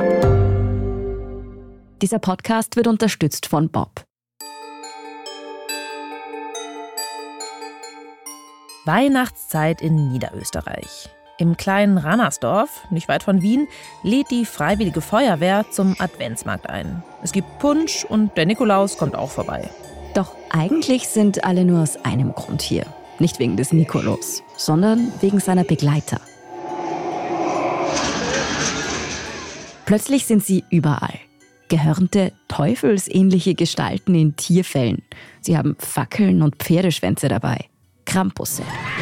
Dieser Podcast wird unterstützt von Bob. Weihnachtszeit in Niederösterreich. Im kleinen Rannersdorf, nicht weit von Wien, lädt die Freiwillige Feuerwehr zum Adventsmarkt ein. Es gibt Punsch und der Nikolaus kommt auch vorbei. Doch eigentlich sind alle nur aus einem Grund hier. Nicht wegen des Nikolaus, sondern wegen seiner Begleiter. Plötzlich sind sie überall. Gehörnte, teufelsähnliche Gestalten in Tierfellen. Sie haben Fackeln und Pferdeschwänze dabei. Krampusse.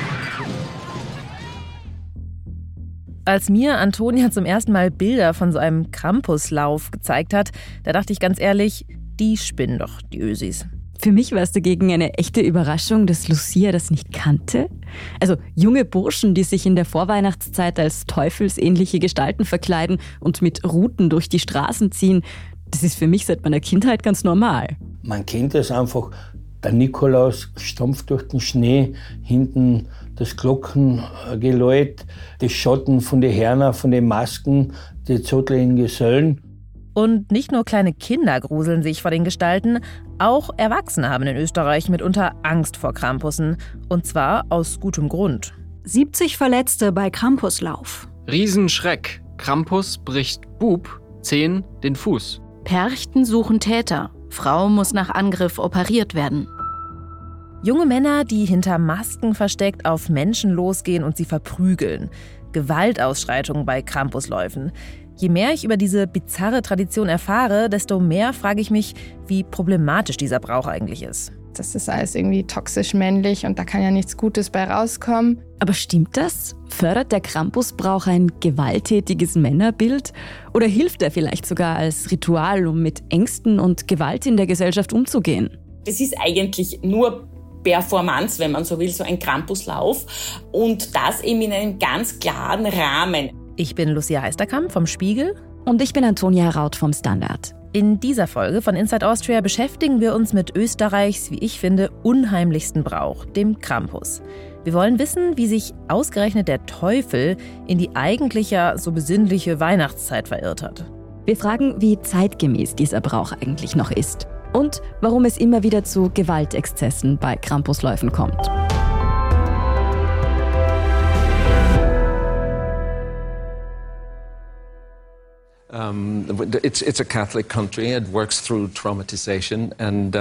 Als mir Antonia zum ersten Mal Bilder von so einem Krampuslauf gezeigt hat, da dachte ich ganz ehrlich, die spinnen doch, die Ösis. Für mich war es dagegen eine echte Überraschung, dass Lucia das nicht kannte. Also junge Burschen, die sich in der Vorweihnachtszeit als teufelsähnliche Gestalten verkleiden und mit Ruten durch die Straßen ziehen, das ist für mich seit meiner Kindheit ganz normal. Man kennt es einfach, der Nikolaus stampft durch den Schnee, hinten das Glockengeläut, das Schotten von den Hörner, von den Masken, die zotteligen Gesellen. Und nicht nur kleine Kinder gruseln sich vor den Gestalten, auch Erwachsene haben in Österreich mitunter Angst vor Krampussen. Und zwar aus gutem Grund. 70 Verletzte bei Krampuslauf. Riesenschreck. Krampus bricht Bub 10 den Fuß. Perchten suchen Täter. Frau muss nach Angriff operiert werden. Junge Männer, die hinter Masken versteckt auf Menschen losgehen und sie verprügeln. Gewaltausschreitungen bei Krampusläufen. Je mehr ich über diese bizarre Tradition erfahre, desto mehr frage ich mich, wie problematisch dieser Brauch eigentlich ist. Das ist alles irgendwie toxisch männlich und da kann ja nichts Gutes bei rauskommen. Aber stimmt das? Fördert der Krampusbrauch ein gewalttätiges Männerbild? Oder hilft er vielleicht sogar als Ritual, um mit Ängsten und Gewalt in der Gesellschaft umzugehen? Das ist eigentlich nur Performance, wenn man so will, so ein Krampuslauf. Und das eben in einem ganz klaren Rahmen. Ich bin Lucia Heisterkamp vom Spiegel. Und ich bin Antonia Raut vom Standard. In dieser Folge von Inside Austria beschäftigen wir uns mit Österreichs, wie ich finde, unheimlichsten Brauch, dem Krampus. Wir wollen wissen, wie sich ausgerechnet der Teufel in die eigentlich ja so besinnliche Weihnachtszeit verirrt hat. Wir fragen, wie zeitgemäß dieser Brauch eigentlich noch ist. Und warum es immer wieder zu Gewaltexzessen bei Krampusläufen kommt. It's a Catholic country. It works through traumatization, and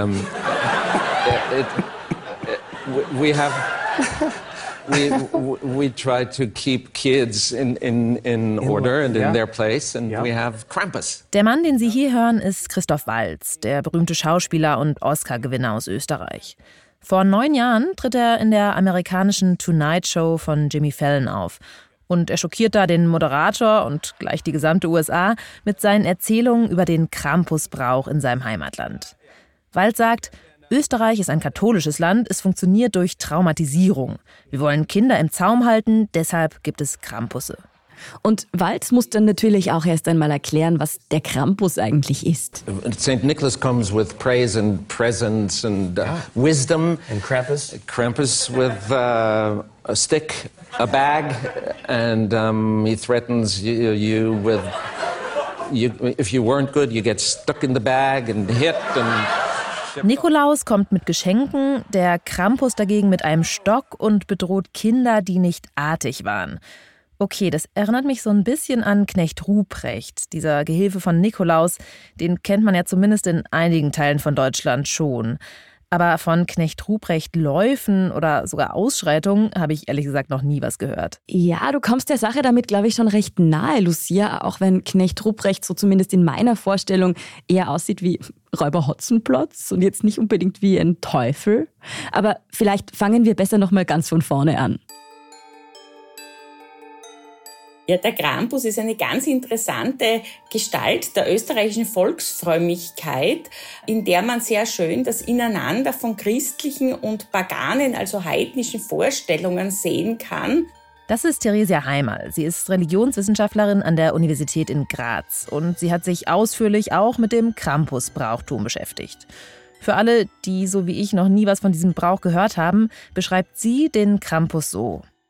we try to keep kids in order and in their place, and we have Krampus. Der Mann, den Sie hier hören, ist Christoph Waltz, der berühmte Schauspieler und Oscar-Gewinner aus Österreich. Vor 9 Jahren tritt er in der amerikanischen Tonight Show von Jimmy Fallon auf. Und er schockiert da den Moderator und gleich die gesamte USA mit seinen Erzählungen über den Krampusbrauch in seinem Heimatland. Waltz sagt, Österreich ist ein katholisches Land, es funktioniert durch Traumatisierung. Wir wollen Kinder im Zaum halten, deshalb gibt es Krampusse. Und Waltz muss dann natürlich auch erst einmal erklären, was der Krampus eigentlich ist. St. Nicholas comes with praise and presents and wisdom. And Krampus? Krampus with a stick, a bag, and he threatens you with... if you weren't good, you get stuck in the bag and hit and... Nikolaus kommt mit Geschenken, der Krampus dagegen mit einem Stock und bedroht Kinder, die nicht artig waren. Okay, das erinnert mich so ein bisschen an Knecht Ruprecht, dieser Gehilfe von Nikolaus. Den kennt man ja zumindest in einigen Teilen von Deutschland schon. Aber von Knecht Ruprecht Läufen oder sogar Ausschreitungen habe ich ehrlich gesagt noch nie was gehört. Ja, du kommst der Sache damit, glaube ich, schon recht nahe, Lucia. Auch wenn Knecht Ruprecht so zumindest in meiner Vorstellung eher aussieht wie Räuber Hotzenplotz und jetzt nicht unbedingt wie ein Teufel. Aber vielleicht fangen wir besser noch mal ganz von vorne an. Ja, der Krampus ist eine ganz interessante Gestalt der österreichischen Volksfrömmigkeit, in der man sehr schön das Ineinander von christlichen und paganen, also heidnischen Vorstellungen sehen kann. Das ist Theresia Heimerl. Sie ist Religionswissenschaftlerin an der Universität in Graz und sie hat sich ausführlich auch mit dem Krampusbrauchtum beschäftigt. Für alle, die so wie ich noch nie was von diesem Brauch gehört haben, beschreibt sie den Krampus so.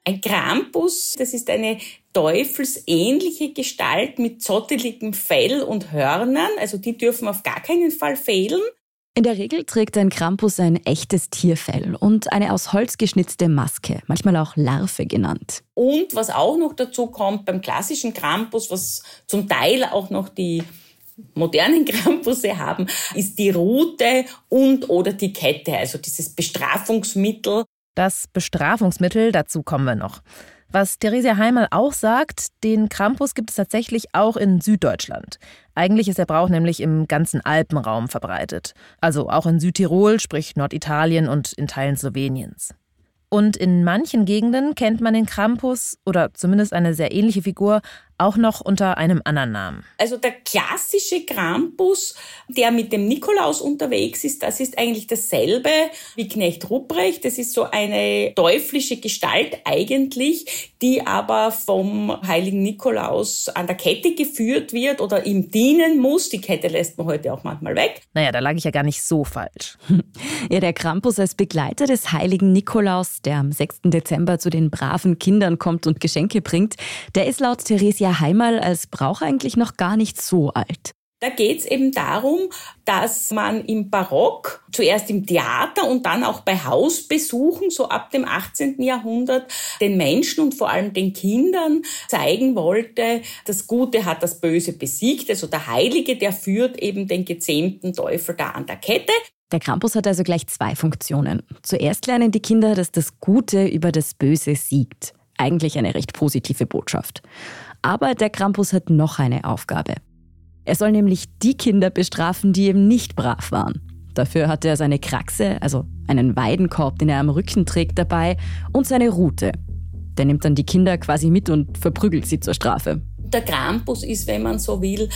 Ein Krampus, das ist eine teufelsähnliche Gestalt mit zotteligem Fell und Hörnern. Also die dürfen auf gar keinen Fall fehlen. In der Regel trägt ein Krampus ein echtes Tierfell und eine aus Holz geschnitzte Maske, manchmal auch Larve genannt. Und was auch noch dazu kommt beim klassischen Krampus, was zum Teil auch noch die modernen Krampusse haben, ist die Rute und oder die Kette, also dieses Bestrafungsmittel. Das Bestrafungsmittel, dazu kommen wir noch. Was Theresia Heimal auch sagt, den Krampus gibt es tatsächlich auch in Süddeutschland. Eigentlich ist der Brauch nämlich im ganzen Alpenraum verbreitet. Also auch in Südtirol, sprich Norditalien und in Teilen Sloweniens. Und in manchen Gegenden kennt man den Krampus, oder zumindest eine sehr ähnliche Figur, auch noch unter einem anderen Namen. Also der klassische Krampus, der mit dem Nikolaus unterwegs ist, das ist eigentlich dasselbe wie Knecht Ruprecht. Das ist so eine teuflische Gestalt eigentlich, die aber vom heiligen Nikolaus an der Kette geführt wird oder ihm dienen muss. Die Kette lässt man heute auch manchmal weg. Naja, da lag ich ja gar nicht so falsch. Ja, der Krampus als Begleiter des heiligen Nikolaus, der am 6. Dezember zu den braven Kindern kommt und Geschenke bringt, der ist laut Theresia Heimal als Brauch eigentlich noch gar nicht so alt. Da geht es eben darum, dass man im Barock, zuerst im Theater und dann auch bei Hausbesuchen, so ab dem 18. Jahrhundert, den Menschen und vor allem den Kindern zeigen wollte, das Gute hat das Böse besiegt. Also der Heilige, der führt eben den gezähmten Teufel da an der Kette. Der Krampus hat also gleich zwei Funktionen. Zuerst lernen die Kinder, dass das Gute über das Böse siegt. Eigentlich eine recht positive Botschaft. Aber der Krampus hat noch eine Aufgabe. Er soll nämlich die Kinder bestrafen, die eben nicht brav waren. Dafür hat er seine Kraxe, also einen Weidenkorb, den er am Rücken trägt, dabei und seine Rute. Der nimmt dann die Kinder quasi mit und verprügelt sie zur Strafe. Der Krampus ist, wenn man so will,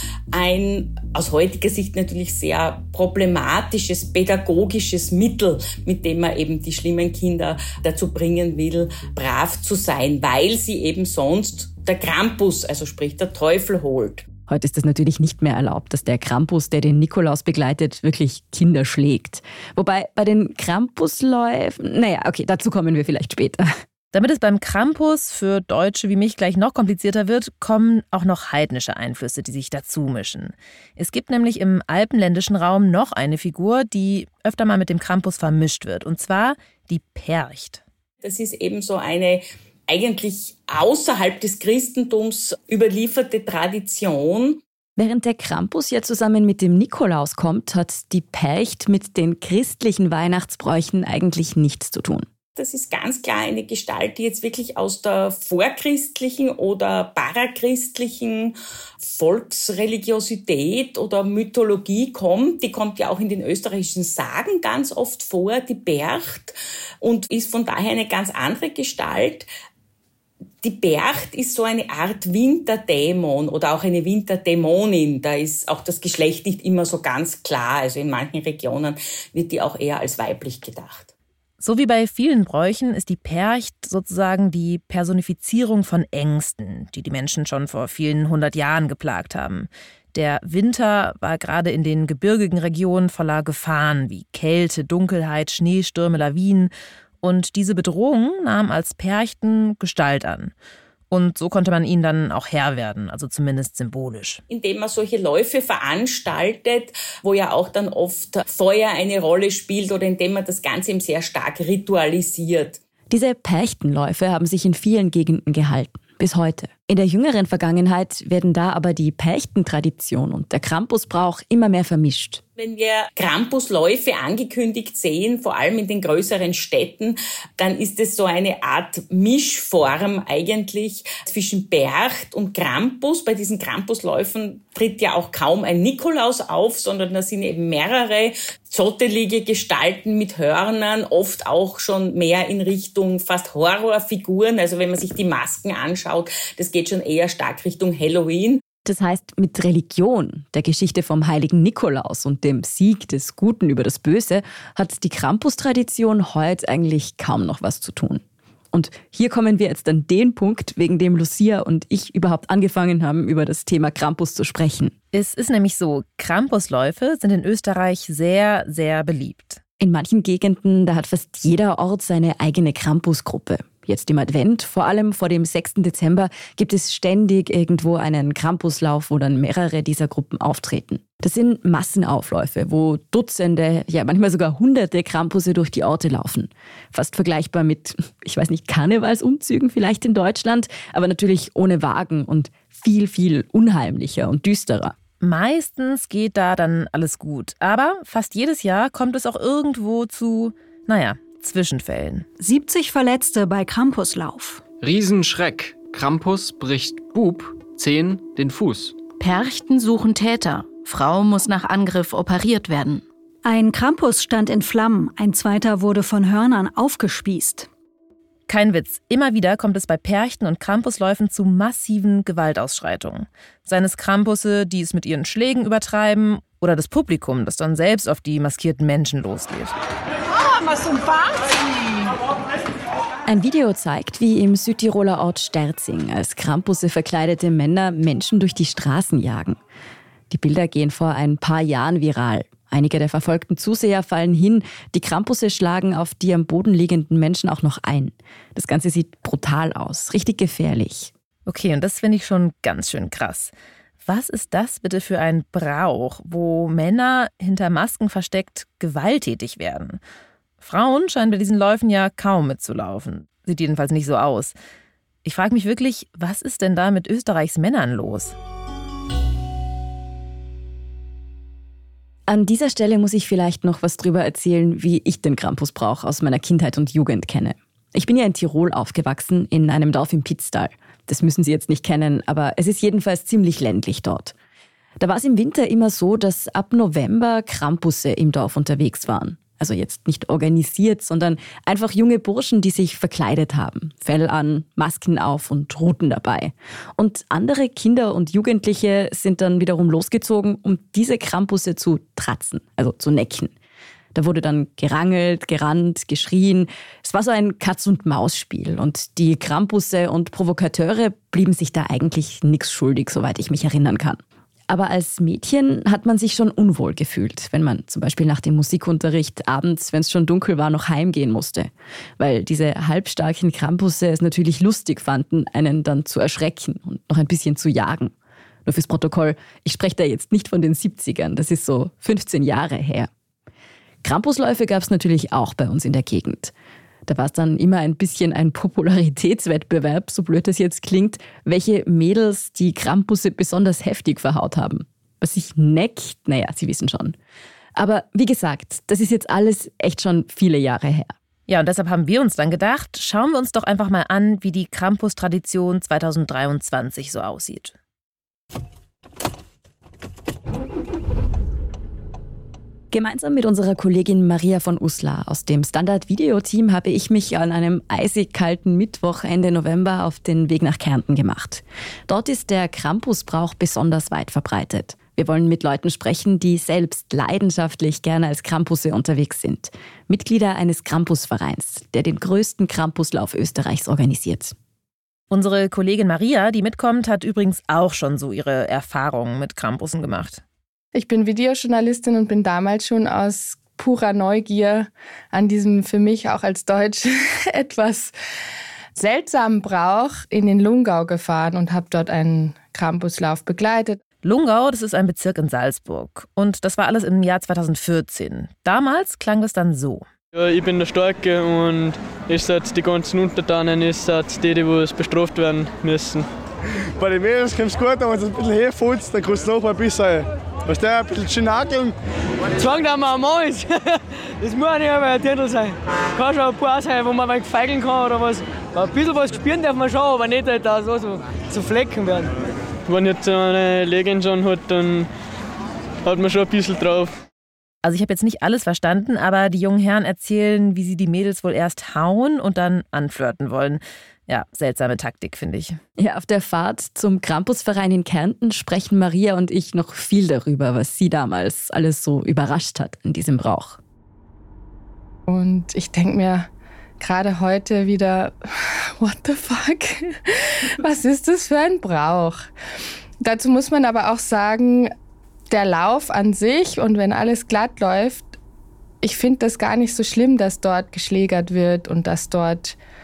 ein aus heutiger Sicht natürlich sehr problematisches, pädagogisches Mittel, mit dem man eben die schlimmen Kinder dazu bringen will, brav zu sein, weil sie eben sonst der Krampus, also sprich der Teufel, holt. Heute ist es natürlich nicht mehr erlaubt, dass der Krampus, der den Nikolaus begleitet, wirklich Kinder schlägt. Wobei bei den Krampusläufen, dazu kommen wir vielleicht später. Damit es beim Krampus für Deutsche wie mich gleich noch komplizierter wird, kommen auch noch heidnische Einflüsse, die sich dazu mischen. Es gibt nämlich im alpenländischen Raum noch eine Figur, die öfter mal mit dem Krampus vermischt wird, und zwar die Percht. Das ist eben so eine eigentlich außerhalb des Christentums überlieferte Tradition. Während der Krampus ja zusammen mit dem Nikolaus kommt, hat die Percht mit den christlichen Weihnachtsbräuchen eigentlich nichts zu tun. Das ist ganz klar eine Gestalt, die jetzt wirklich aus der vorchristlichen oder parachristlichen Volksreligiosität oder Mythologie kommt. Die kommt ja auch in den österreichischen Sagen ganz oft vor, die Percht, und ist von daher eine ganz andere Gestalt. Die Percht ist so eine Art Winterdämon oder auch eine Winterdämonin. Da ist auch das Geschlecht nicht immer so ganz klar. Also in manchen Regionen wird die auch eher als weiblich gedacht. So wie bei vielen Bräuchen ist die Percht sozusagen die Personifizierung von Ängsten, die die Menschen schon vor vielen 100 Jahren geplagt haben. Der Winter war gerade in den gebirgigen Regionen voller Gefahren wie Kälte, Dunkelheit, Schneestürme, Lawinen. Und diese Bedrohung nahm als Perchten Gestalt an. Und so konnte man ihnen dann auch Herr werden, also zumindest symbolisch. Indem man solche Läufe veranstaltet, wo ja auch dann oft Feuer eine Rolle spielt, oder indem man das Ganze eben sehr stark ritualisiert. Diese Perchtenläufe haben sich in vielen Gegenden gehalten, bis heute. In der jüngeren Vergangenheit werden da aber die Perchtentradition und der Krampusbrauch immer mehr vermischt. Wenn wir Krampusläufe angekündigt sehen, vor allem in den größeren Städten, dann ist es so eine Art Mischform eigentlich zwischen Percht und Krampus. Bei diesen Krampusläufen tritt ja auch kaum ein Nikolaus auf, sondern da sind eben mehrere zottelige Gestalten mit Hörnern, oft auch schon mehr in Richtung fast Horrorfiguren. Also wenn man sich die Masken anschaut, das geht schon eher stark Richtung Halloween. Das heißt, mit Religion, der Geschichte vom heiligen Nikolaus und dem Sieg des Guten über das Böse, hat die Krampus-Tradition heute eigentlich kaum noch was zu tun. Und hier kommen wir jetzt an den Punkt, wegen dem Lucia und ich überhaupt angefangen haben, über das Thema Krampus zu sprechen. Es ist nämlich so, Krampusläufe sind in Österreich sehr, sehr beliebt. In manchen Gegenden, da hat fast jeder Ort seine eigene Krampusgruppe. jetzt im Advent, vor allem vor dem 6. Dezember, gibt es ständig irgendwo einen Krampuslauf, wo dann mehrere dieser Gruppen auftreten. Das sind Massenaufläufe, wo Dutzende, ja manchmal sogar Hunderte Krampusse durch die Orte laufen. Fast vergleichbar mit, ich weiß nicht, Karnevalsumzügen vielleicht in Deutschland, aber natürlich ohne Wagen und viel, viel unheimlicher und düsterer. Meistens geht da dann alles gut, aber fast jedes Jahr kommt es auch irgendwo zu, Zwischenfällen. 70 Verletzte bei Krampuslauf. Riesenschreck. Krampus bricht Bub 10 den Fuß. Perchten suchen Täter. Frau muss nach Angriff operiert werden. Ein Krampus stand in Flammen, ein zweiter wurde von Hörnern aufgespießt. Kein Witz, immer wieder kommt es bei Perchten und Krampusläufen zu massiven Gewaltausschreitungen. Seien es Krampusse, die es mit ihren Schlägen übertreiben, oder das Publikum, das dann selbst auf die maskierten Menschen losgeht. Ein Video zeigt, wie im Südtiroler Ort Sterzing als Krampusse verkleidete Männer Menschen durch die Straßen jagen. Die Bilder gehen vor ein paar Jahren viral. Einige der verfolgten Zuseher fallen hin, die Krampusse schlagen auf die am Boden liegenden Menschen auch noch ein. Das Ganze sieht brutal aus, richtig gefährlich. Okay, und das finde ich schon ganz schön krass. Was ist das bitte für ein Brauch, wo Männer hinter Masken versteckt gewalttätig werden? Frauen scheinen bei diesen Läufen ja kaum mitzulaufen. Sieht jedenfalls nicht so aus. Ich frage mich wirklich, was ist denn da mit Österreichs Männern los? An dieser Stelle muss ich vielleicht noch was drüber erzählen, wie ich den Krampusbrauch aus meiner Kindheit und Jugend kenne. Ich bin ja in Tirol aufgewachsen, in einem Dorf im Pitztal. Das müssen Sie jetzt nicht kennen, aber es ist jedenfalls ziemlich ländlich dort. Da war es im Winter immer so, dass ab November Krampusse im Dorf unterwegs waren. Also jetzt nicht organisiert, sondern einfach junge Burschen, die sich verkleidet haben. Fell an, Masken auf und Ruten dabei. Und andere Kinder und Jugendliche sind dann wiederum losgezogen, um diese Krampusse zu tratzen, also zu necken. Da wurde dann gerangelt, gerannt, geschrien. Es war so ein Katz-und-Maus-Spiel. Und die Krampusse und Provokateure blieben sich da eigentlich nichts schuldig, soweit ich mich erinnern kann. Aber als Mädchen hat man sich schon unwohl gefühlt, wenn man zum Beispiel nach dem Musikunterricht abends, wenn es schon dunkel war, noch heimgehen musste. Weil diese halbstarken Krampusse es natürlich lustig fanden, einen dann zu erschrecken und noch ein bisschen zu jagen. Nur fürs Protokoll, ich spreche da jetzt nicht von den 70ern, das ist so 15 Jahre her. Krampusläufe gab es natürlich auch bei uns in der Gegend. Da war es dann immer ein bisschen ein Popularitätswettbewerb, so blöd das jetzt klingt, welche Mädels die Krampusse besonders heftig verhaut haben. Was sich neckt, Sie wissen schon. Aber wie gesagt, das ist jetzt alles echt schon viele Jahre her. Ja, und deshalb haben wir uns dann gedacht, schauen wir uns doch einfach mal an, wie die Krampus-Tradition 2023 so aussieht. Gemeinsam mit unserer Kollegin Maria von Uslar aus dem Standard-Video-Team habe ich mich an einem eisig kalten Mittwoch Ende November auf den Weg nach Kärnten gemacht. Dort ist der Krampusbrauch besonders weit verbreitet. Wir wollen mit Leuten sprechen, die selbst leidenschaftlich gerne als Krampusse unterwegs sind. Mitglieder eines Krampusvereins, der den größten Krampuslauf Österreichs organisiert. Unsere Kollegin Maria, die mitkommt, hat übrigens auch schon so ihre Erfahrungen mit Krampussen gemacht. Ich bin Videojournalistin und bin damals schon aus purer Neugier an diesem für mich auch als Deutsche etwas seltsamen Brauch in den Lungau gefahren und habe dort einen Krampuslauf begleitet. Lungau, das ist ein Bezirk in Salzburg. Und das war alles im Jahr 2014. Damals klang das dann so. Ja, ich bin der Starke und die ganzen Untertanen, die bestraft werden müssen. Bei den Mädels kommt es gut, aber wenn es ein bisschen herfällt, dann kannst du noch ein bisschen, ein bisschen schnakeln. Zwang da mal einmal ist. Das muss nicht aber ein Dirndl sein. Kann schon ein paar sein, wo man mal feigeln kann oder was. Ein bisschen was spüren darf man schon, aber nicht halt da so Flecken werden. Wenn jetzt so eine Legend schon hat, dann hat man schon ein bisschen drauf. Also ich habe jetzt nicht alles verstanden, aber die jungen Herren erzählen, wie sie die Mädels wohl erst hauen und dann anflirten wollen. Ja, seltsame Taktik, finde ich. Ja, auf der Fahrt zum Krampusverein in Kärnten sprechen Maria und ich noch viel darüber, was sie damals alles so überrascht hat in diesem Brauch. Und ich denke mir gerade heute wieder, what the fuck? Was ist das für ein Brauch? Dazu muss man aber auch sagen, der Lauf an sich und wenn alles glatt läuft, ich finde das gar nicht so schlimm, dass dort geschlägert wird und dass dort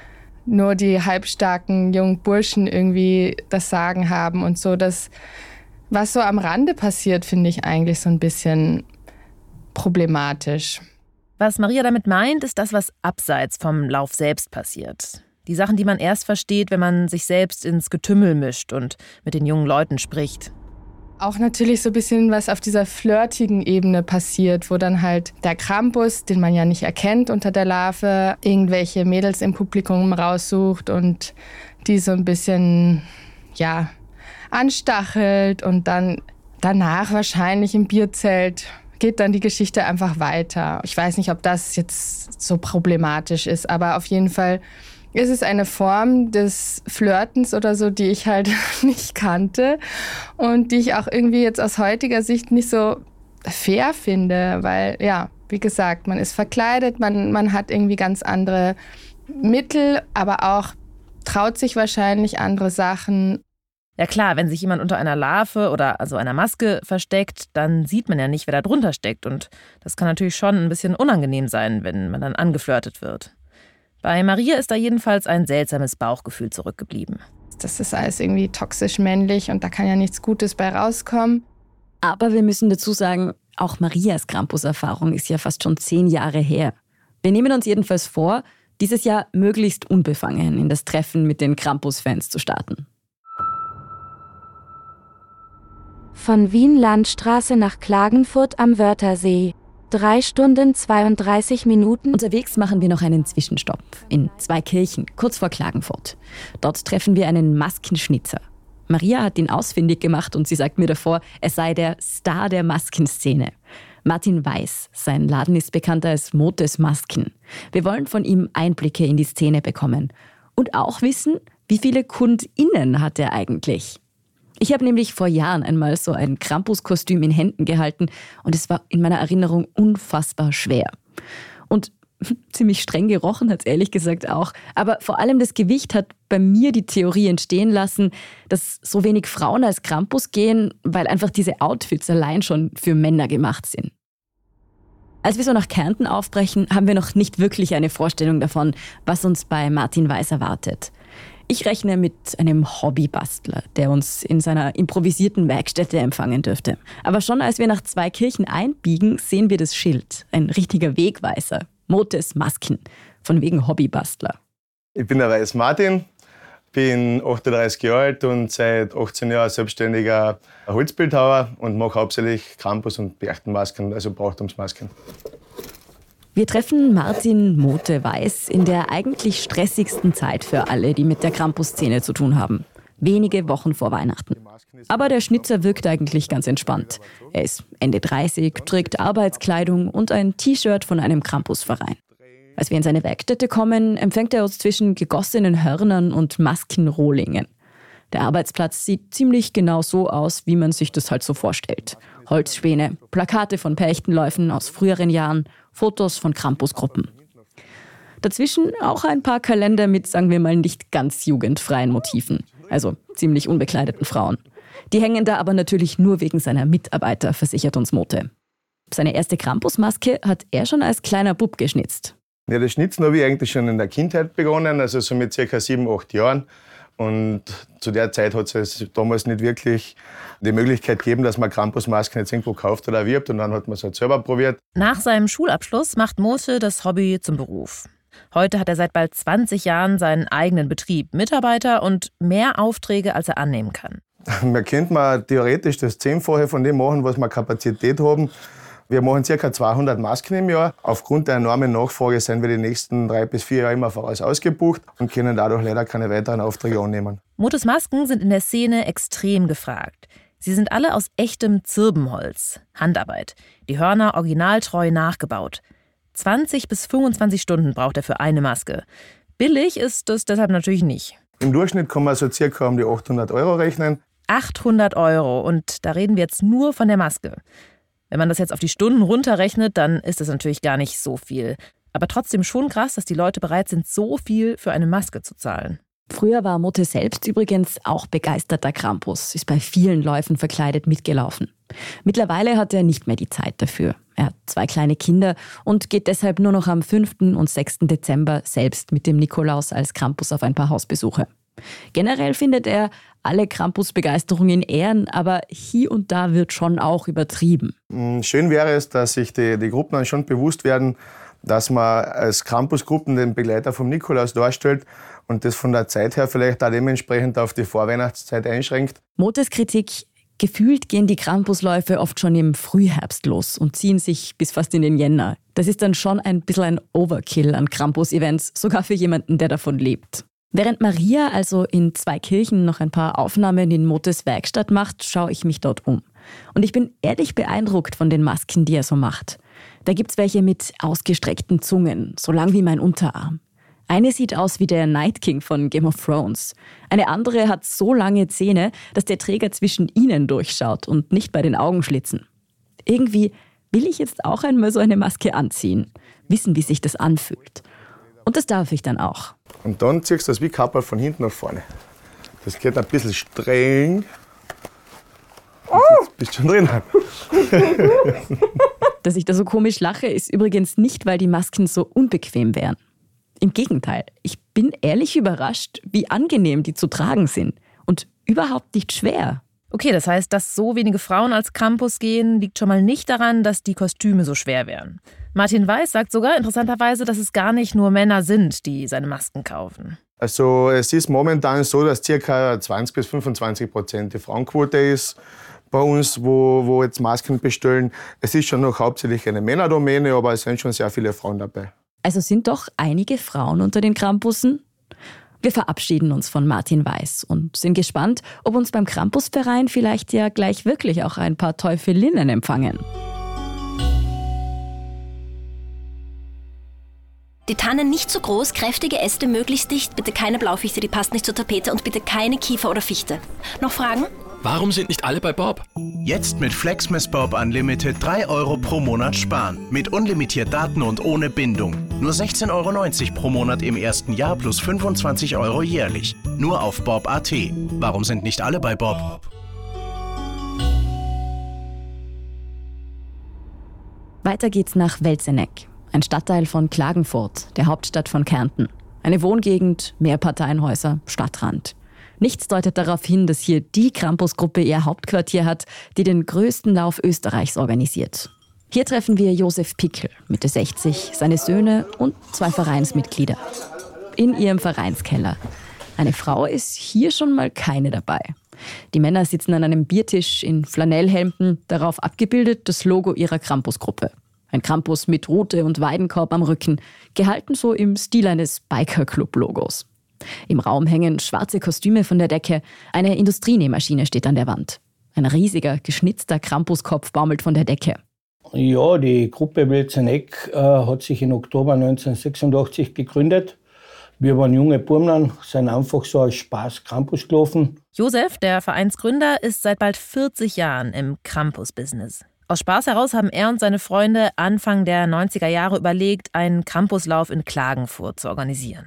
nur die halbstarken jungen Burschen irgendwie das Sagen haben und so. Das, was so am Rande passiert, finde ich eigentlich so ein bisschen problematisch. Was Maria damit meint, ist das, was abseits vom Lauf selbst passiert. Die Sachen, die man erst versteht, wenn man sich selbst ins Getümmel mischt und mit den jungen Leuten spricht. Auch natürlich so ein bisschen was auf dieser flirtigen Ebene passiert, wo dann halt der Krampus, den man ja nicht erkennt unter der Larve, irgendwelche Mädels im Publikum raussucht und die so ein bisschen, ja, anstachelt und dann danach wahrscheinlich im Bierzelt geht dann die Geschichte einfach weiter. Ich weiß nicht, ob das jetzt so problematisch ist, aber auf jeden Fall ist es eine Form des Flirtens oder so, die ich halt nicht kannte und die ich auch irgendwie jetzt aus heutiger Sicht nicht so fair finde, weil, ja, wie gesagt, man ist verkleidet, man hat irgendwie ganz andere Mittel, aber auch traut sich wahrscheinlich andere Sachen. Ja klar, wenn sich jemand unter einer Larve oder also einer Maske versteckt, dann sieht man ja nicht, wer da drunter steckt. Und das kann natürlich schon ein bisschen unangenehm sein, wenn man dann angeflirtet wird. Bei Maria ist da jedenfalls ein seltsames Bauchgefühl zurückgeblieben. Das ist alles irgendwie toxisch männlich und da kann ja nichts Gutes bei rauskommen. Aber wir müssen dazu sagen, auch Marias Krampus-Erfahrung ist ja fast schon 10 Jahre her. Wir nehmen uns jedenfalls vor, dieses Jahr möglichst unbefangen in das Treffen mit den Krampus-Fans zu starten. Von Wien-Landstraße nach Klagenfurt am Wörthersee. 3 Stunden 32 Minuten. Unterwegs machen wir noch einen Zwischenstopp in Zweikirchen, kurz vor Klagenfurt. Dort treffen wir einen Maskenschnitzer. Maria hat ihn ausfindig gemacht und sie sagt mir davor, es sei der Star der Maskenszene. Martin Weiß. Sein Laden ist bekannt als Motes Masken. Wir wollen von ihm Einblicke in die Szene bekommen. Und auch wissen, wie viele KundInnen hat er eigentlich. Ich habe nämlich vor Jahren einmal so ein Krampus-Kostüm in Händen gehalten und es war in meiner Erinnerung unfassbar schwer. Und ziemlich streng gerochen hat es ehrlich gesagt auch. Aber vor allem das Gewicht hat bei mir die Theorie entstehen lassen, dass so wenig Frauen als Krampus gehen, weil einfach diese Outfits allein schon für Männer gemacht sind. Als wir so nach Kärnten aufbrechen, haben wir noch nicht wirklich eine Vorstellung davon, was uns bei Martin Weiß erwartet. Ich rechne mit einem Hobbybastler, der uns in seiner improvisierten Werkstätte empfangen dürfte. Aber schon als wir nach Zweikirchen einbiegen, sehen wir das Schild. Ein richtiger Wegweiser. Motes Masken. Von wegen Hobbybastler. Ich bin der Weiß Martin, bin 38 Jahre alt und seit 18 Jahren selbstständiger Holzbildhauer und mache hauptsächlich Krampus- und Berchtenmasken, also Brauchtumsmasken. Wir treffen Martin Mote Weiß in der eigentlich stressigsten Zeit für alle, die mit der Krampus-Szene zu tun haben. Wenige Wochen vor Weihnachten. Aber der Schnitzer wirkt eigentlich ganz entspannt. Er ist Ende 30, trägt Arbeitskleidung und ein T-Shirt von einem Krampusverein. Als wir in seine Werkstätte kommen, empfängt er uns zwischen gegossenen Hörnern und Maskenrohlingen. Der Arbeitsplatz sieht ziemlich genau so aus, wie man sich das halt so vorstellt. Holzspäne, Plakate von Perchtenläufen aus früheren Jahren, Fotos von Krampusgruppen. Dazwischen auch ein paar Kalender mit, sagen wir mal, nicht ganz jugendfreien Motiven. Also ziemlich unbekleideten Frauen. Die hängen da aber natürlich nur wegen seiner Mitarbeiter, versichert uns Mote. Seine erste Krampusmaske hat er schon als kleiner Bub geschnitzt. Ja, das Schnitzen habe ich eigentlich schon in der Kindheit begonnen, also so mit ca. 7, 8 Jahren. Und zu der Zeit hat es damals nicht wirklich die Möglichkeit gegeben, dass man Krampusmasken jetzt irgendwo kauft oder erwirbt. Und dann hat man es halt selber probiert. Nach seinem Schulabschluss macht Mote das Hobby zum Beruf. Heute hat er seit bald 20 Jahren seinen eigenen Betrieb, Mitarbeiter und mehr Aufträge, als er annehmen kann. Man könnte mal theoretisch das 10-fache von dem machen, was wir Kapazität haben. Wir machen ca. 200 Masken im Jahr. Aufgrund der enormen Nachfrage sind wir die nächsten 3 bis 4 Jahre immer voraus ausgebucht und können dadurch leider keine weiteren Aufträge annehmen. Motes Masken sind in der Szene extrem gefragt. Sie sind alle aus echtem Zirbenholz, Handarbeit. Die Hörner originaltreu nachgebaut. 20 bis 25 Stunden braucht er für eine Maske. Billig ist das deshalb natürlich nicht. Im Durchschnitt kann man so circa um die 800 € rechnen. 800 € und da reden wir jetzt nur von der Maske. Wenn man das jetzt auf die Stunden runterrechnet, dann ist das natürlich gar nicht so viel. Aber trotzdem schon krass, dass die Leute bereit sind, so viel für eine Maske zu zahlen. Früher war Mote selbst übrigens auch begeisterter Krampus, ist bei vielen Läufen verkleidet mitgelaufen. Mittlerweile hat er nicht mehr die Zeit dafür. Er hat 2 kleine Kinder und geht deshalb nur noch am 5. und 6. Dezember selbst mit dem Nikolaus als Krampus auf ein paar Hausbesuche. Generell findet er alle Krampus-Begeisterung in Ehren, aber hier und da wird schon auch übertrieben. Schön wäre es, dass sich die Gruppen dann schon bewusst werden, dass man als Krampusgruppen den Begleiter vom Nikolaus darstellt und das von der Zeit her vielleicht auch dementsprechend auf die Vorweihnachtszeit einschränkt. Motes Kritik: Gefühlt gehen die Krampusläufe oft schon im Frühherbst los und ziehen sich bis fast in den Jänner. Das ist dann schon ein bisschen ein Overkill an Krampus-Events, sogar für jemanden, der davon lebt. Während Maria also in Zweikirchen noch ein paar Aufnahmen in Motes Werkstatt macht, schaue ich mich dort um. Und ich bin ehrlich beeindruckt von den Masken, die er so macht. Da gibt's welche mit ausgestreckten Zungen, so lang wie mein Unterarm. Eine sieht aus wie der Night King von Game of Thrones. Eine andere hat so lange Zähne, dass der Träger zwischen ihnen durchschaut und nicht bei den Augenschlitzen. Irgendwie will ich jetzt auch einmal so eine Maske anziehen, wissen, wie sich das anfühlt. Und das darf ich dann auch. Und dann ziehst du das wie Kapperl von hinten nach vorne. Das geht ein bisschen streng. Jetzt bist du schon drin. Dass ich da so komisch lache, ist übrigens nicht, weil die Masken so unbequem wären. Im Gegenteil, ich bin ehrlich überrascht, wie angenehm die zu tragen sind. Und überhaupt nicht schwer. Okay, das heißt, dass so wenige Frauen als Krampus gehen, liegt schon mal nicht daran, dass die Kostüme so schwer wären. Martin Weiß sagt sogar interessanterweise, dass es gar nicht nur Männer sind, die seine Masken kaufen. Also es ist momentan so, dass ca. 20-25% die Frauenquote ist bei uns, wo jetzt Masken bestellen. Es ist schon noch hauptsächlich eine Männerdomäne, aber es sind schon sehr viele Frauen dabei. Also sind doch einige Frauen unter den Krampussen? Wir verabschieden uns von Martin Weiß und sind gespannt, ob uns beim Krampusverein vielleicht ja gleich wirklich auch ein paar Teufelinnen empfangen. Die Tanne nicht zu groß, kräftige Äste möglichst dicht, bitte keine Blaufichte, die passt nicht zur Tapete und bitte keine Kiefer oder Fichte. Noch Fragen? Warum sind nicht alle bei Bob? Jetzt mit Flexmas Bob Unlimited 3 € pro Monat sparen. Mit unlimitiert Daten und ohne Bindung. Nur 16,90 € pro Monat im ersten Jahr plus 25 € jährlich. Nur auf bob.at. Warum sind nicht alle bei Bob? Weiter geht's nach Welzeneck, ein Stadtteil von Klagenfurt, der Hauptstadt von Kärnten. Eine Wohngegend, Mehrparteienhäuser, Stadtrand. Nichts deutet darauf hin, dass hier die Krampusgruppe ihr Hauptquartier hat, die den größten Lauf Österreichs organisiert. Hier treffen wir Josef Pickel, Mitte 60, seine Söhne und 2 Vereinsmitglieder. In ihrem Vereinskeller. Eine Frau ist hier schon mal keine dabei. Die Männer sitzen an einem Biertisch in Flanellhemden, darauf abgebildet das Logo ihrer Krampusgruppe. Ein Krampus mit Rute und Weidenkorb am Rücken, gehalten so im Stil eines Biker-Club-Logos. Im Raum hängen schwarze Kostüme von der Decke, eine Industrienähmaschine steht an der Wand. Ein riesiger, geschnitzter Krampuskopf baumelt von der Decke. Ja, die Gruppe Welzeneck hat sich im Oktober 1986 gegründet. Wir waren junge Burmlern, sind einfach so aus Spaß Krampus gelaufen. Josef, der Vereinsgründer, ist seit bald 40 Jahren im Krampus-Business. Aus Spaß heraus haben er und seine Freunde Anfang der 90er Jahre überlegt, einen Krampuslauf in Klagenfurt zu organisieren.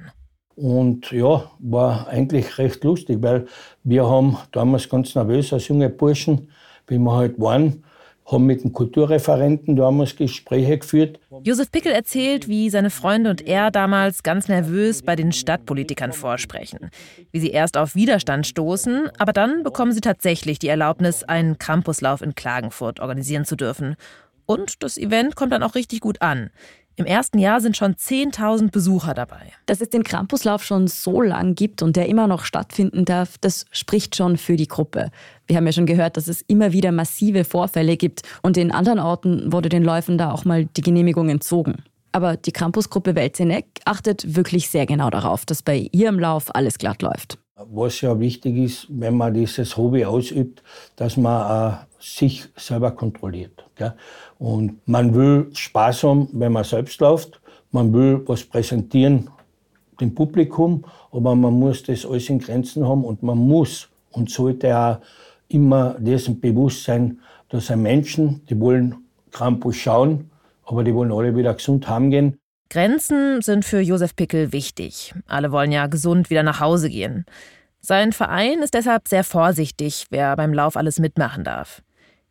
Und ja, war eigentlich recht lustig, weil wir haben damals ganz nervös als junge Burschen, wie wir halt waren, haben mit dem Kulturreferenten damals Gespräche geführt. Josef Pickel erzählt, wie seine Freunde und er damals ganz nervös bei den Stadtpolitikern vorsprechen. Wie sie erst auf Widerstand stoßen, aber dann bekommen sie tatsächlich die Erlaubnis, einen Krampuslauf in Klagenfurt organisieren zu dürfen. Und das Event kommt dann auch richtig gut an. Im ersten Jahr sind schon 10.000 Besucher dabei. Dass es den Krampuslauf schon so lang gibt und der immer noch stattfinden darf, das spricht schon für die Gruppe. Wir haben ja schon gehört, dass es immer wieder massive Vorfälle gibt und in anderen Orten wurde den Läufen da auch mal die Genehmigung entzogen. Aber die Krampusgruppe Welzeneck achtet wirklich sehr genau darauf, dass bei ihrem Lauf alles glatt läuft. Was ja wichtig ist, wenn man dieses Hobby ausübt, dass man sich selber kontrolliert. Gell? Und man will Spaß haben, wenn man selbst läuft. Man will was präsentieren dem Publikum, aber man muss das alles in Grenzen haben und man muss und sollte auch immer dessen bewusst sein, dass sind Menschen, die wollen Krampus schauen, aber die wollen alle wieder gesund heimgehen. Grenzen sind für Josef Pickel wichtig. Alle wollen ja gesund wieder nach Hause gehen. Sein Verein ist deshalb sehr vorsichtig, wer beim Lauf alles mitmachen darf.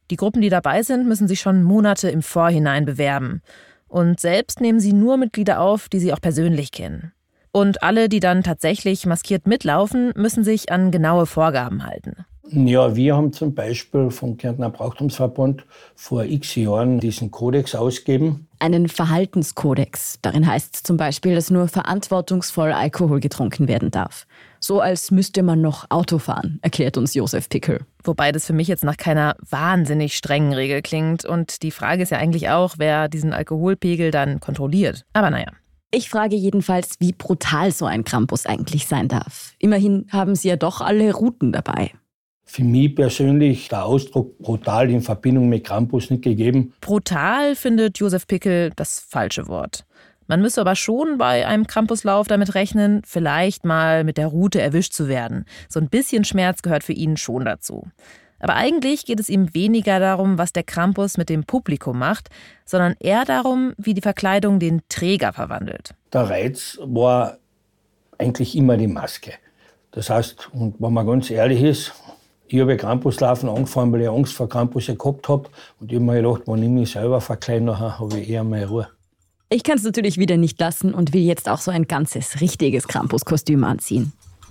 Die Gruppen, die dabei sind, müssen sich schon Monate im Vorhinein bewerben. Und selbst nehmen sie nur Mitglieder auf, die sie auch persönlich kennen. Und alle, die dann tatsächlich maskiert mitlaufen, müssen sich an genaue Vorgaben halten. Ja, wir haben zum Beispiel vom Kärntner Brauchtumsverband vor x Jahren diesen Kodex ausgegeben. Einen Verhaltenskodex. Darin heißt es zum Beispiel, dass nur verantwortungsvoll Alkohol getrunken werden darf. So als müsste man noch Auto fahren, erklärt uns Josef Pickel. Wobei das für mich jetzt nach keiner wahnsinnig strengen Regel klingt. Und die Frage ist ja eigentlich auch, wer diesen Alkoholpegel dann kontrolliert. Aber naja. Ich frage jedenfalls, wie brutal so ein Krampus eigentlich sein darf. Immerhin haben sie ja doch alle Ruten dabei. Für mich persönlich der Ausdruck brutal in Verbindung mit Krampus nicht gegeben. Brutal findet Josef Pickel das falsche Wort. Man müsse aber schon bei einem Krampuslauf damit rechnen, vielleicht mal mit der Rute erwischt zu werden. So ein bisschen Schmerz gehört für ihn schon dazu. Aber eigentlich geht es ihm weniger darum, was der Krampus mit dem Publikum macht, sondern eher darum, wie die Verkleidung den Träger verwandelt. Der Reiz war eigentlich immer die Maske. Das heißt, und wenn man ganz ehrlich ist, ich habe Krampuslaufen angefangen, weil ich Angst vor Krampusse gehabt habe. Und ich habe mir gedacht, wenn ich mich selber verkleide, nachher habe ich eher meine Ruhe. Ich kann es natürlich wieder nicht lassen und will jetzt auch so ein ganzes, richtiges Krampuskostüm anziehen.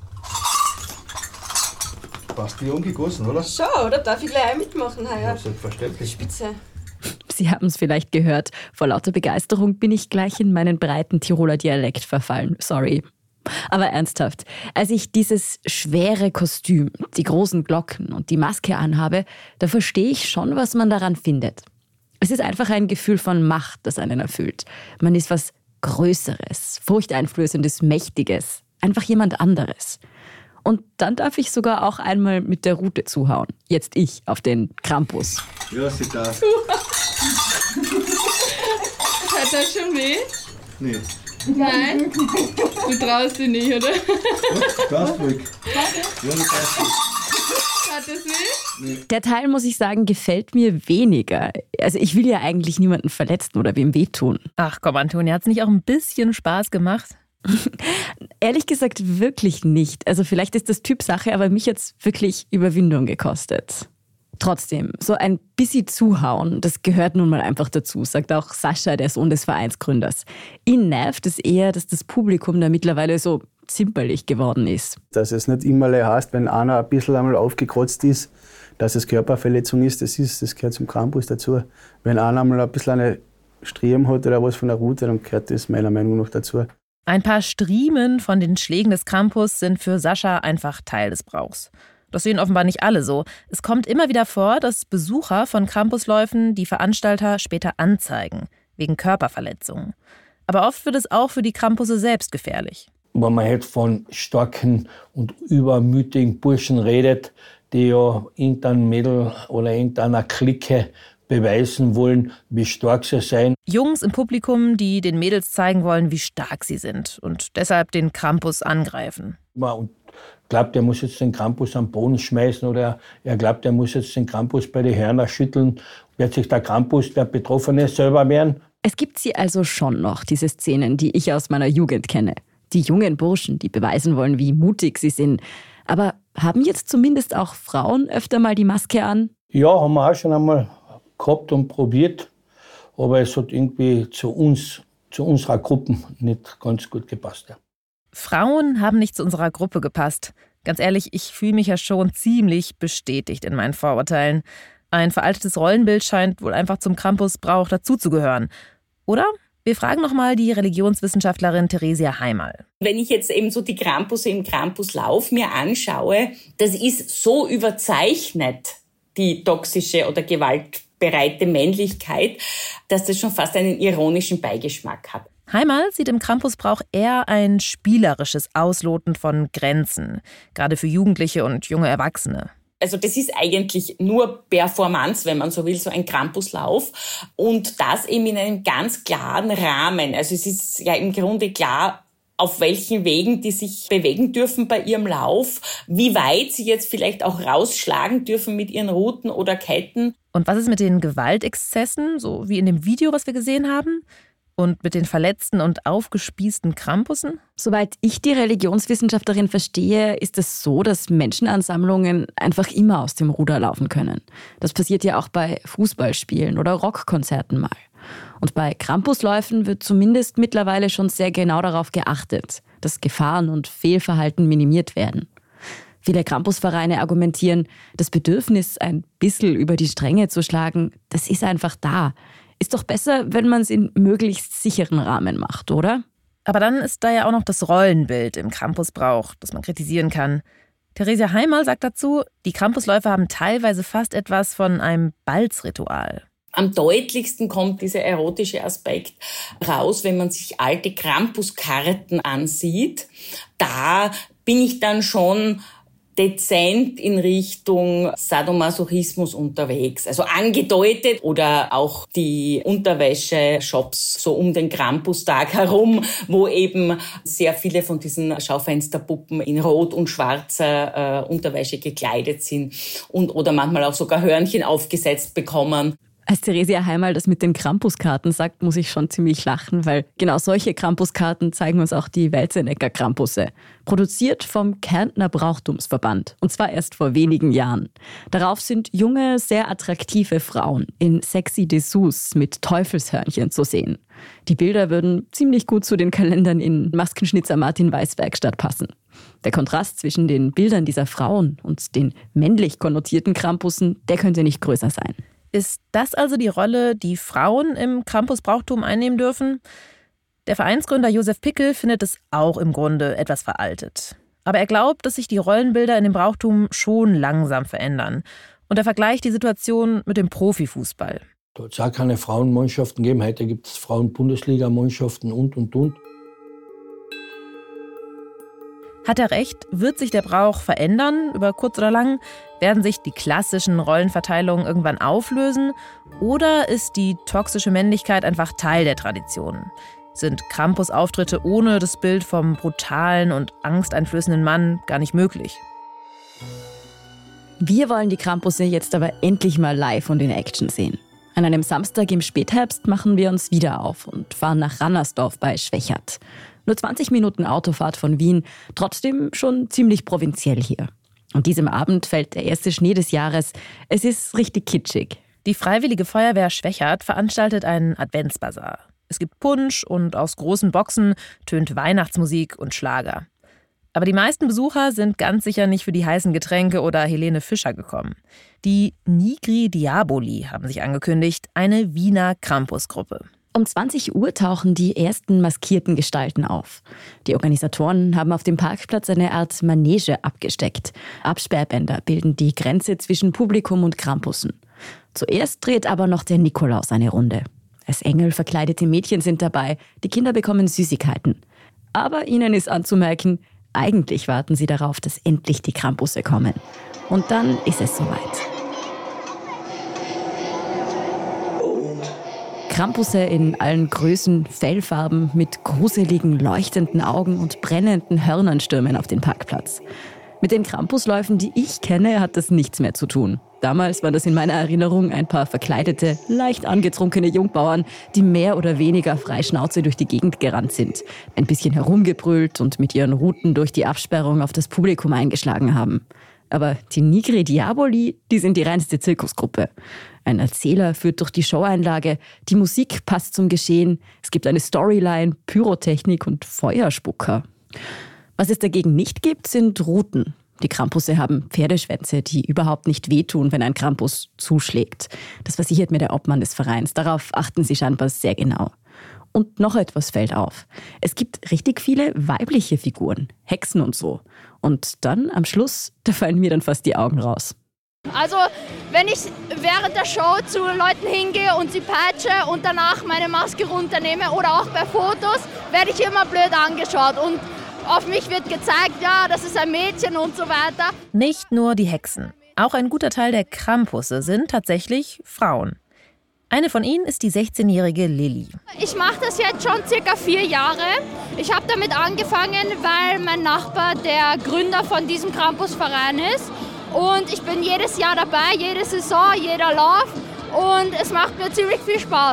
Passt wie umgegossen, oder? Schon, oder? Darf ich gleich mitmachen heuer? Ja, selbstverständlich. Spitze. Sie haben es vielleicht gehört. Vor lauter Begeisterung bin ich gleich in meinen breiten Tiroler Dialekt verfallen. Sorry. Aber ernsthaft, als ich dieses schwere Kostüm, die großen Glocken und die Maske anhabe, da verstehe ich schon, was man daran findet. Es ist einfach ein Gefühl von Macht, das einen erfüllt. Man ist was Größeres, Furchteinflößendes, Mächtiges, einfach jemand anderes. Und dann darf ich sogar auch einmal mit der Rute zuhauen. Jetzt ich auf den Krampus. Ja, sie darf. Hat das schon weh? Nee. Nein? Du traust dich nicht, oder? Ganz ruhig. Ja, du darfst nicht. Hat das weh? Nee. Der Teil, muss ich sagen, gefällt mir weniger. Also ich will ja eigentlich niemanden verletzen oder wem wehtun. Ach komm, Antonia, hat's nicht auch ein bisschen Spaß gemacht? Ehrlich gesagt wirklich nicht. Also vielleicht ist das Typsache, aber mich hat's wirklich Überwindung gekostet. Trotzdem, so ein bisschen zuhauen, das gehört nun mal einfach dazu, sagt auch Sascha, der Sohn des Vereinsgründers. Ihn nervt es eher, dass das Publikum da mittlerweile so zimperlich geworden ist. Dass es nicht immer heißt, wenn einer ein bisschen einmal aufgekratzt ist, dass es Körperverletzung ist, das gehört zum Krampus dazu. Wenn einer einmal ein bisschen eine Striemen hat oder was von der Rute, dann gehört das meiner Meinung nach dazu. Ein paar Striemen von den Schlägen des Krampus sind für Sascha einfach Teil des Brauchs. Das sehen offenbar nicht alle so. Es kommt immer wieder vor, dass Besucher von Krampusläufen die Veranstalter später anzeigen, wegen Körperverletzungen. Aber oft wird es auch für die Krampusse selbst gefährlich. Wenn man jetzt von starken und übermütigen Burschen redet, die ja irgendein Mädel oder irgendeiner Clique beweisen wollen, wie stark sie sein. Jungs im Publikum, die den Mädels zeigen wollen, wie stark sie sind und deshalb den Krampus angreifen. Und glaubt, er muss jetzt den Krampus am Boden schmeißen oder er glaubt, er muss jetzt den Krampus bei den Hörnern schütteln. Wird sich der Krampus, der Betroffene, selber wehren? Es gibt sie also schon noch, diese Szenen, die ich aus meiner Jugend kenne. Die jungen Burschen, die beweisen wollen, wie mutig sie sind. Aber haben jetzt zumindest auch Frauen öfter mal die Maske an? Ja, haben wir auch schon einmal gehabt und probiert. Aber es hat irgendwie zu unserer Gruppe nicht ganz gut gepasst. Ja. Frauen haben nicht zu unserer Gruppe gepasst. Ganz ehrlich, ich fühle mich ja schon ziemlich bestätigt in meinen Vorurteilen. Ein veraltetes Rollenbild scheint wohl einfach zum Krampusbrauch dazuzugehören. Oder? Wir fragen nochmal die Religionswissenschaftlerin Theresia Heimal. Wenn ich jetzt eben so die Krampusse im Krampuslauf mir anschaue, das ist so überzeichnet, die toxische oder gewaltbereite Männlichkeit, dass das schon fast einen ironischen Beigeschmack hat. Heimal sieht im Krampusbrauch eher ein spielerisches Ausloten von Grenzen, gerade für Jugendliche und junge Erwachsene. Also das ist eigentlich nur Performance, wenn man so will, so ein Krampuslauf. Und das eben in einem ganz klaren Rahmen. Also es ist ja im Grunde klar, auf welchen Wegen die sich bewegen dürfen bei ihrem Lauf, wie weit sie jetzt vielleicht auch rausschlagen dürfen mit ihren Ruten oder Ketten. Und was ist mit den Gewaltexzessen, so wie in dem Video, was wir gesehen haben? Und mit den verletzten und aufgespießten Krampussen? Soweit ich die Religionswissenschaftlerin verstehe, ist es so, dass Menschenansammlungen einfach immer aus dem Ruder laufen können. Das passiert ja auch bei Fußballspielen oder Rockkonzerten mal. Und bei Krampusläufen wird zumindest mittlerweile schon sehr genau darauf geachtet, dass Gefahren und Fehlverhalten minimiert werden. Viele Krampusvereine argumentieren, das Bedürfnis, ein bisschen über die Stränge zu schlagen, das ist einfach da. Ist doch besser, wenn man es in möglichst sicheren Rahmen macht, oder? Aber dann ist da ja auch noch das Rollenbild im Krampusbrauch, das man kritisieren kann. Theresia Heimal sagt dazu, die Krampusläufe haben teilweise fast etwas von einem Balzritual. Am deutlichsten kommt dieser erotische Aspekt raus, wenn man sich alte Krampuskarten ansieht. Da bin ich dann schon dezent in Richtung Sadomasochismus unterwegs. Also angedeutet oder auch die Unterwäsche-Shops so um den Krampustag herum, wo eben sehr viele von diesen Schaufensterpuppen in rot und schwarzer Unterwäsche gekleidet sind und oder manchmal auch sogar Hörnchen aufgesetzt bekommen. Als Theresia Heimal das mit den Krampuskarten sagt, muss ich schon ziemlich lachen, weil genau solche Krampuskarten zeigen uns auch die Welzenecker Krampusse. Produziert vom Kärntner Brauchtumsverband. Und zwar erst vor wenigen Jahren. Darauf sind junge, sehr attraktive Frauen in sexy Dessous mit Teufelshörnchen zu sehen. Die Bilder würden ziemlich gut zu den Kalendern in Maskenschnitzer Martin Weiß Werkstatt passen. Der Kontrast zwischen den Bildern dieser Frauen und den männlich konnotierten Krampussen, der könnte nicht größer sein. Ist das also die Rolle, die Frauen im Krampusbrauchtum einnehmen dürfen? Der Vereinsgründer Josef Pickel findet es auch im Grunde etwas veraltet. Aber er glaubt, dass sich die Rollenbilder in dem Brauchtum schon langsam verändern. Und er vergleicht die Situation mit dem Profifußball. Da hat es auch keine Frauenmannschaften gegeben. Heute gibt es Frauen-Bundesliga-Mannschaften und. Hat er recht? Wird sich der Brauch verändern, über kurz oder lang? Werden sich die klassischen Rollenverteilungen irgendwann auflösen? Oder ist die toxische Männlichkeit einfach Teil der Tradition? Sind Krampusauftritte ohne das Bild vom brutalen und angsteinflößenden Mann gar nicht möglich? Wir wollen die Krampusse jetzt aber endlich mal live und in Action sehen. An einem Samstag im Spätherbst machen wir uns wieder auf und fahren nach Rannersdorf bei Schwechat. Nur 20 Minuten Autofahrt von Wien, trotzdem schon ziemlich provinziell hier. An diesem Abend fällt der erste Schnee des Jahres. Es ist richtig kitschig. Die Freiwillige Feuerwehr Schwechat veranstaltet einen Adventsbasar. Es gibt Punsch und aus großen Boxen tönt Weihnachtsmusik und Schlager. Aber die meisten Besucher sind ganz sicher nicht für die heißen Getränke oder Helene Fischer gekommen. Die Nigri Diaboli haben sich angekündigt, eine Wiener Krampusgruppe. Um 20 Uhr tauchen die ersten maskierten Gestalten auf. Die Organisatoren haben auf dem Parkplatz eine Art Manege abgesteckt. Absperrbänder bilden die Grenze zwischen Publikum und Krampussen. Zuerst dreht aber noch der Nikolaus eine Runde. Als Engel verkleidete Mädchen sind dabei, die Kinder bekommen Süßigkeiten. Aber ihnen ist anzumerken, eigentlich warten sie darauf, dass endlich die Krampusse kommen. Und dann ist es soweit. Krampusse in allen Größen, Fellfarben, mit gruseligen, leuchtenden Augen und brennenden Hörnern stürmen auf den Parkplatz. Mit den Krampusläufen, die ich kenne, hat das nichts mehr zu tun. Damals waren das in meiner Erinnerung ein paar verkleidete, leicht angetrunkene Jungbauern, die mehr oder weniger frei Schnauze durch die Gegend gerannt sind, ein bisschen herumgebrüllt und mit ihren Ruten durch die Absperrung auf das Publikum eingeschlagen haben. Aber die Nigri Diaboli, die sind die reinste Zirkusgruppe. Ein Erzähler führt durch die Showeinlage, die Musik passt zum Geschehen, es gibt eine Storyline, Pyrotechnik und Feuerspucker. Was es dagegen nicht gibt, sind Ruten. Die Krampusse haben Pferdeschwänze, die überhaupt nicht wehtun, wenn ein Krampus zuschlägt. Das versichert mir der Obmann des Vereins. Darauf achten sie scheinbar sehr genau. Und noch etwas fällt auf. Es gibt richtig viele weibliche Figuren, Hexen und so. Und dann am Schluss, da fallen mir dann fast die Augen raus. Also, wenn ich während der Show zu Leuten hingehe und sie peitsche und danach meine Maske runternehme oder auch bei Fotos, werde ich immer blöd angeschaut. Und auf mich wird gezeigt, ja, das ist ein Mädchen und so weiter. Nicht nur die Hexen. Auch ein guter Teil der Krampusse sind tatsächlich Frauen. Eine von ihnen ist die 16-jährige Lilly. Ich mache das jetzt schon circa 4 Jahre. Ich habe damit angefangen, weil mein Nachbar der Gründer von diesem Krampusverein ist. Und ich bin jedes Jahr dabei, jede Saison, jeder Lauf. Und es macht mir ziemlich viel Spaß.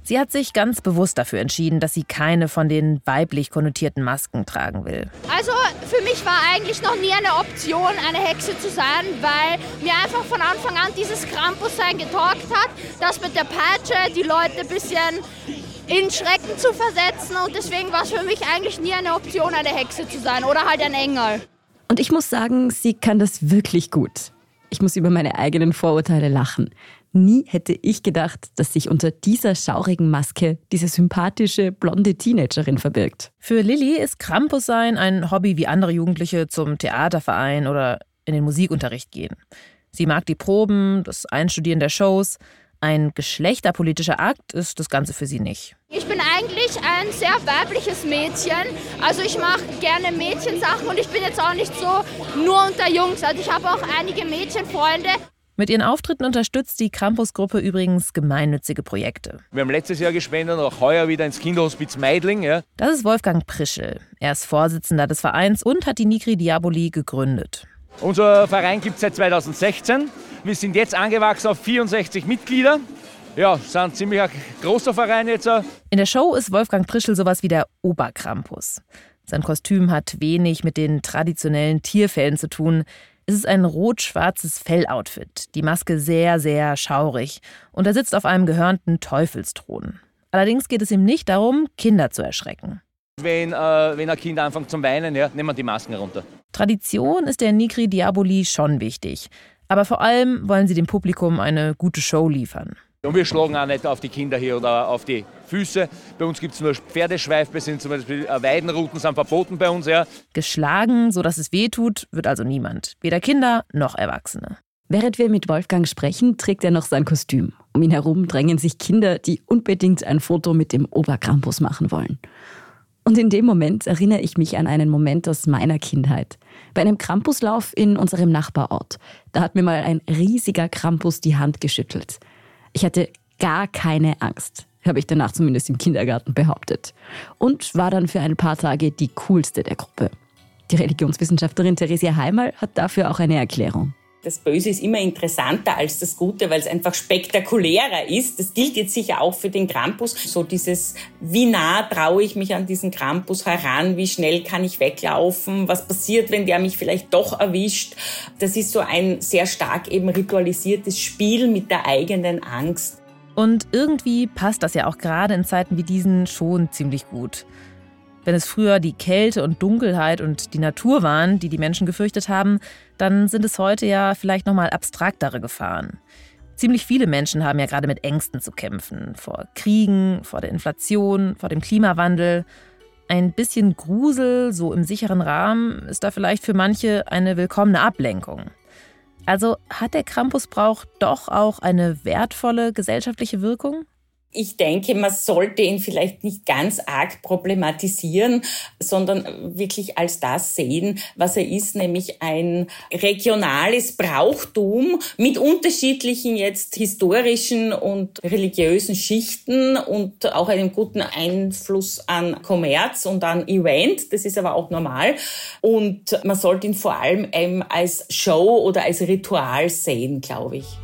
Sie hat sich ganz bewusst dafür entschieden, dass sie keine von den weiblich konnotierten Masken tragen will. Also für mich war eigentlich noch nie eine Option, eine Hexe zu sein, weil mir einfach von Anfang an dieses Krampussein getaugt hat, das mit der Peitsche die Leute ein bisschen in Schrecken zu versetzen, und deswegen war es für mich eigentlich nie eine Option, eine Hexe zu sein oder halt ein Engel. Und ich muss sagen, sie kann das wirklich gut. Ich muss über meine eigenen Vorurteile lachen. Nie hätte ich gedacht, dass sich unter dieser schaurigen Maske diese sympathische, blonde Teenagerin verbirgt. Für Lilly ist Krampussein ein Hobby wie andere Jugendliche zum Theaterverein oder in den Musikunterricht gehen. Sie mag die Proben, das Einstudieren der Shows. Ein geschlechterpolitischer Akt ist das Ganze für sie nicht. Ich bin eigentlich ein sehr weibliches Mädchen. Also ich mache gerne Mädchensachen und ich bin jetzt auch nicht so nur unter Jungs. Also ich habe auch einige Mädchenfreunde. Mit ihren Auftritten unterstützt die Krampusgruppe übrigens gemeinnützige Projekte. Wir haben letztes Jahr gespendet und auch heuer wieder ins Kinderhospiz Meidling. Ja. Das ist Wolfgang Prischl. Er ist Vorsitzender des Vereins und hat die Nigri Diaboli gegründet. Unser Verein gibt es seit 2016. Wir sind jetzt angewachsen auf 64 Mitglieder. Ja, sind ein ziemlich großer Verein jetzt. In der Show ist Wolfgang Prischl sowas wie der Oberkrampus. Sein Kostüm hat wenig mit den traditionellen Tierfellen zu tun. Es ist ein rot-schwarzes Felloutfit, die Maske sehr, sehr schaurig, und er sitzt auf einem gehörnten Teufelsthron. Allerdings geht es ihm nicht darum, Kinder zu erschrecken. Wenn ein Kind anfängt zu weinen, ja, nehmen wir die Masken runter. Tradition ist der Nigri Diaboli schon wichtig, aber vor allem wollen sie dem Publikum eine gute Show liefern. Und wir schlagen auch nicht auf die Kinder hier oder auf die Füße. Bei uns gibt es nur Pferdeschweif, sind zum Beispiel Weidenruten sind verboten bei uns. Ja. Geschlagen, sodass es weh tut, wird also niemand. Weder Kinder noch Erwachsene. Während wir mit Wolfgang sprechen, trägt er noch sein Kostüm. Um ihn herum drängen sich Kinder, die unbedingt ein Foto mit dem Oberkrampus machen wollen. Und in dem Moment erinnere ich mich an einen Moment aus meiner Kindheit. Bei einem Krampuslauf in unserem Nachbarort. Da hat mir mal ein riesiger Krampus die Hand geschüttelt. Ich hatte gar keine Angst, habe ich danach zumindest im Kindergarten behauptet. Und war dann für ein paar Tage die coolste der Gruppe. Die Religionswissenschaftlerin Theresia Heimal hat dafür auch eine Erklärung. Das Böse ist immer interessanter als das Gute, weil es einfach spektakulärer ist. Das gilt jetzt sicher auch für den Krampus. So dieses, wie nah traue ich mich an diesen Krampus heran, wie schnell kann ich weglaufen, was passiert, wenn der mich vielleicht doch erwischt. Das ist so ein sehr stark eben ritualisiertes Spiel mit der eigenen Angst. Und irgendwie passt das ja auch gerade in Zeiten wie diesen schon ziemlich gut. Wenn es früher die Kälte und Dunkelheit und die Natur waren, die die Menschen gefürchtet haben, dann sind es heute ja vielleicht nochmal abstraktere Gefahren. Ziemlich viele Menschen haben ja gerade mit Ängsten zu kämpfen. Vor Kriegen, vor der Inflation, vor dem Klimawandel. Ein bisschen Grusel, so im sicheren Rahmen, ist da vielleicht für manche eine willkommene Ablenkung. Also hat der Krampusbrauch doch auch eine wertvolle gesellschaftliche Wirkung? Ich denke, man sollte ihn vielleicht nicht ganz arg problematisieren, sondern wirklich als das sehen, was er ist, nämlich ein regionales Brauchtum mit unterschiedlichen jetzt historischen und religiösen Schichten und auch einem guten Einfluss an Kommerz und an Event. Das ist aber auch normal. Und man sollte ihn vor allem eben als Show oder als Ritual sehen, glaube ich.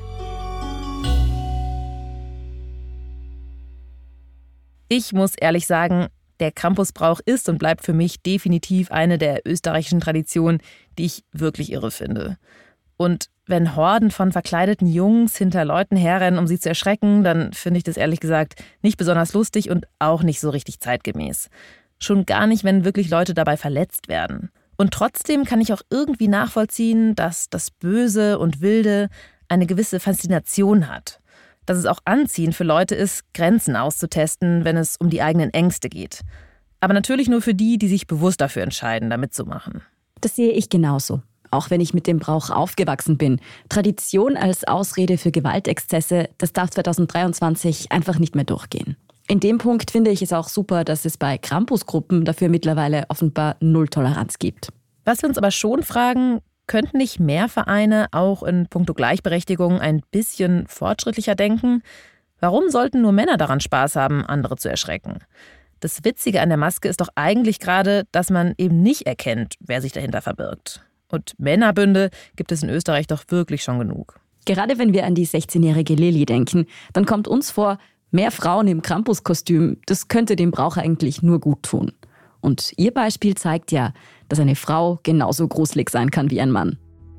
Ich muss ehrlich sagen, der Krampusbrauch ist und bleibt für mich definitiv eine der österreichischen Traditionen, die ich wirklich irre finde. Und wenn Horden von verkleideten Jungs hinter Leuten herrennen, um sie zu erschrecken, dann finde ich das ehrlich gesagt nicht besonders lustig und auch nicht so richtig zeitgemäß. Schon gar nicht, wenn wirklich Leute dabei verletzt werden. Und trotzdem kann ich auch irgendwie nachvollziehen, dass das Böse und Wilde eine gewisse Faszination hat. Dass es auch anziehend für Leute ist, Grenzen auszutesten, wenn es um die eigenen Ängste geht. Aber natürlich nur für die, die sich bewusst dafür entscheiden, da mitzumachen. Das sehe ich genauso. Auch wenn ich mit dem Brauch aufgewachsen bin. Tradition als Ausrede für Gewaltexzesse, das darf 2023 einfach nicht mehr durchgehen. In dem Punkt finde ich es auch super, dass es bei Krampusgruppen dafür mittlerweile offenbar null Toleranz gibt. Was wir uns aber schon fragen, könnten nicht mehr Vereine auch in puncto Gleichberechtigung ein bisschen fortschrittlicher denken? Warum sollten nur Männer daran Spaß haben, andere zu erschrecken? Das Witzige an der Maske ist doch eigentlich gerade, dass man eben nicht erkennt, wer sich dahinter verbirgt. Und Männerbünde gibt es in Österreich doch wirklich schon genug. Gerade wenn wir an die 16-jährige Lilly denken, dann kommt uns vor, Mehr Frauen im Krampuskostüm, das könnte dem Brauch eigentlich nur gut tun. Und ihr Beispiel zeigt ja, dass eine Frau genauso gruselig sein kann wie ein Mann.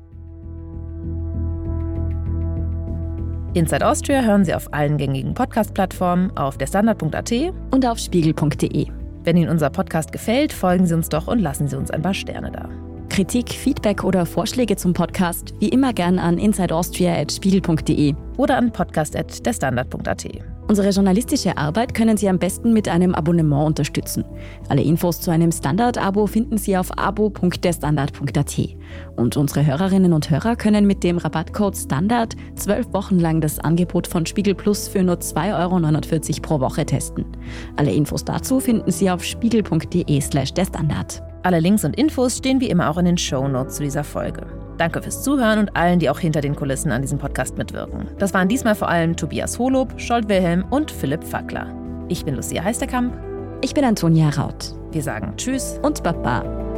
Inside Austria hören Sie auf allen gängigen Podcast-Plattformen, auf derstandard.at und auf spiegel.de. Wenn Ihnen unser Podcast gefällt, folgen Sie uns doch und lassen Sie uns ein paar Sterne da. Kritik, Feedback oder Vorschläge zum Podcast wie immer gern an insideaustria@spiegel.de oder an podcast@derstandard.at. Unsere journalistische Arbeit können Sie am besten mit einem Abonnement unterstützen. Alle Infos zu einem Standard-Abo finden Sie auf abo.derstandard.at. Und unsere Hörerinnen und Hörer können mit dem Rabattcode STANDARD 12 Wochen lang das Angebot von Spiegel Plus für nur 2,49 € pro Woche testen. Alle Infos dazu finden Sie auf spiegel.de/derstandard. Alle Links und Infos stehen wie immer auch in den Shownotes zu dieser Folge. Danke fürs Zuhören und allen, die auch hinter den Kulissen an diesem Podcast mitwirken. Das waren diesmal vor allem Tobias Holub, Scholt Wilhelm und Philipp Fackler. Ich bin Lucia Heisterkamp. Ich bin Antonia Raut. Wir sagen Tschüss und Baba.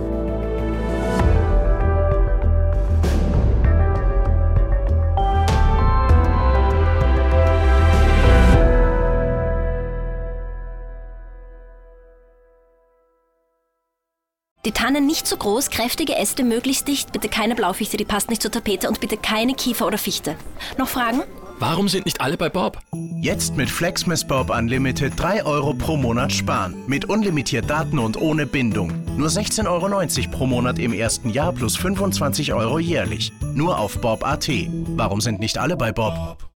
Die Tannen nicht zu groß, kräftige Äste möglichst dicht, bitte keine Blaufichte, die passt nicht zur Tapete und bitte keine Kiefer oder Fichte. Noch Fragen? Warum sind nicht alle bei Bob? Jetzt mit Flexmas Bob Unlimited 3 € pro Monat sparen. Mit unlimitiert Daten und ohne Bindung. Nur 16,90 € pro Monat im ersten Jahr plus 25 € jährlich. Nur auf bob.at. Warum sind nicht alle bei Bob?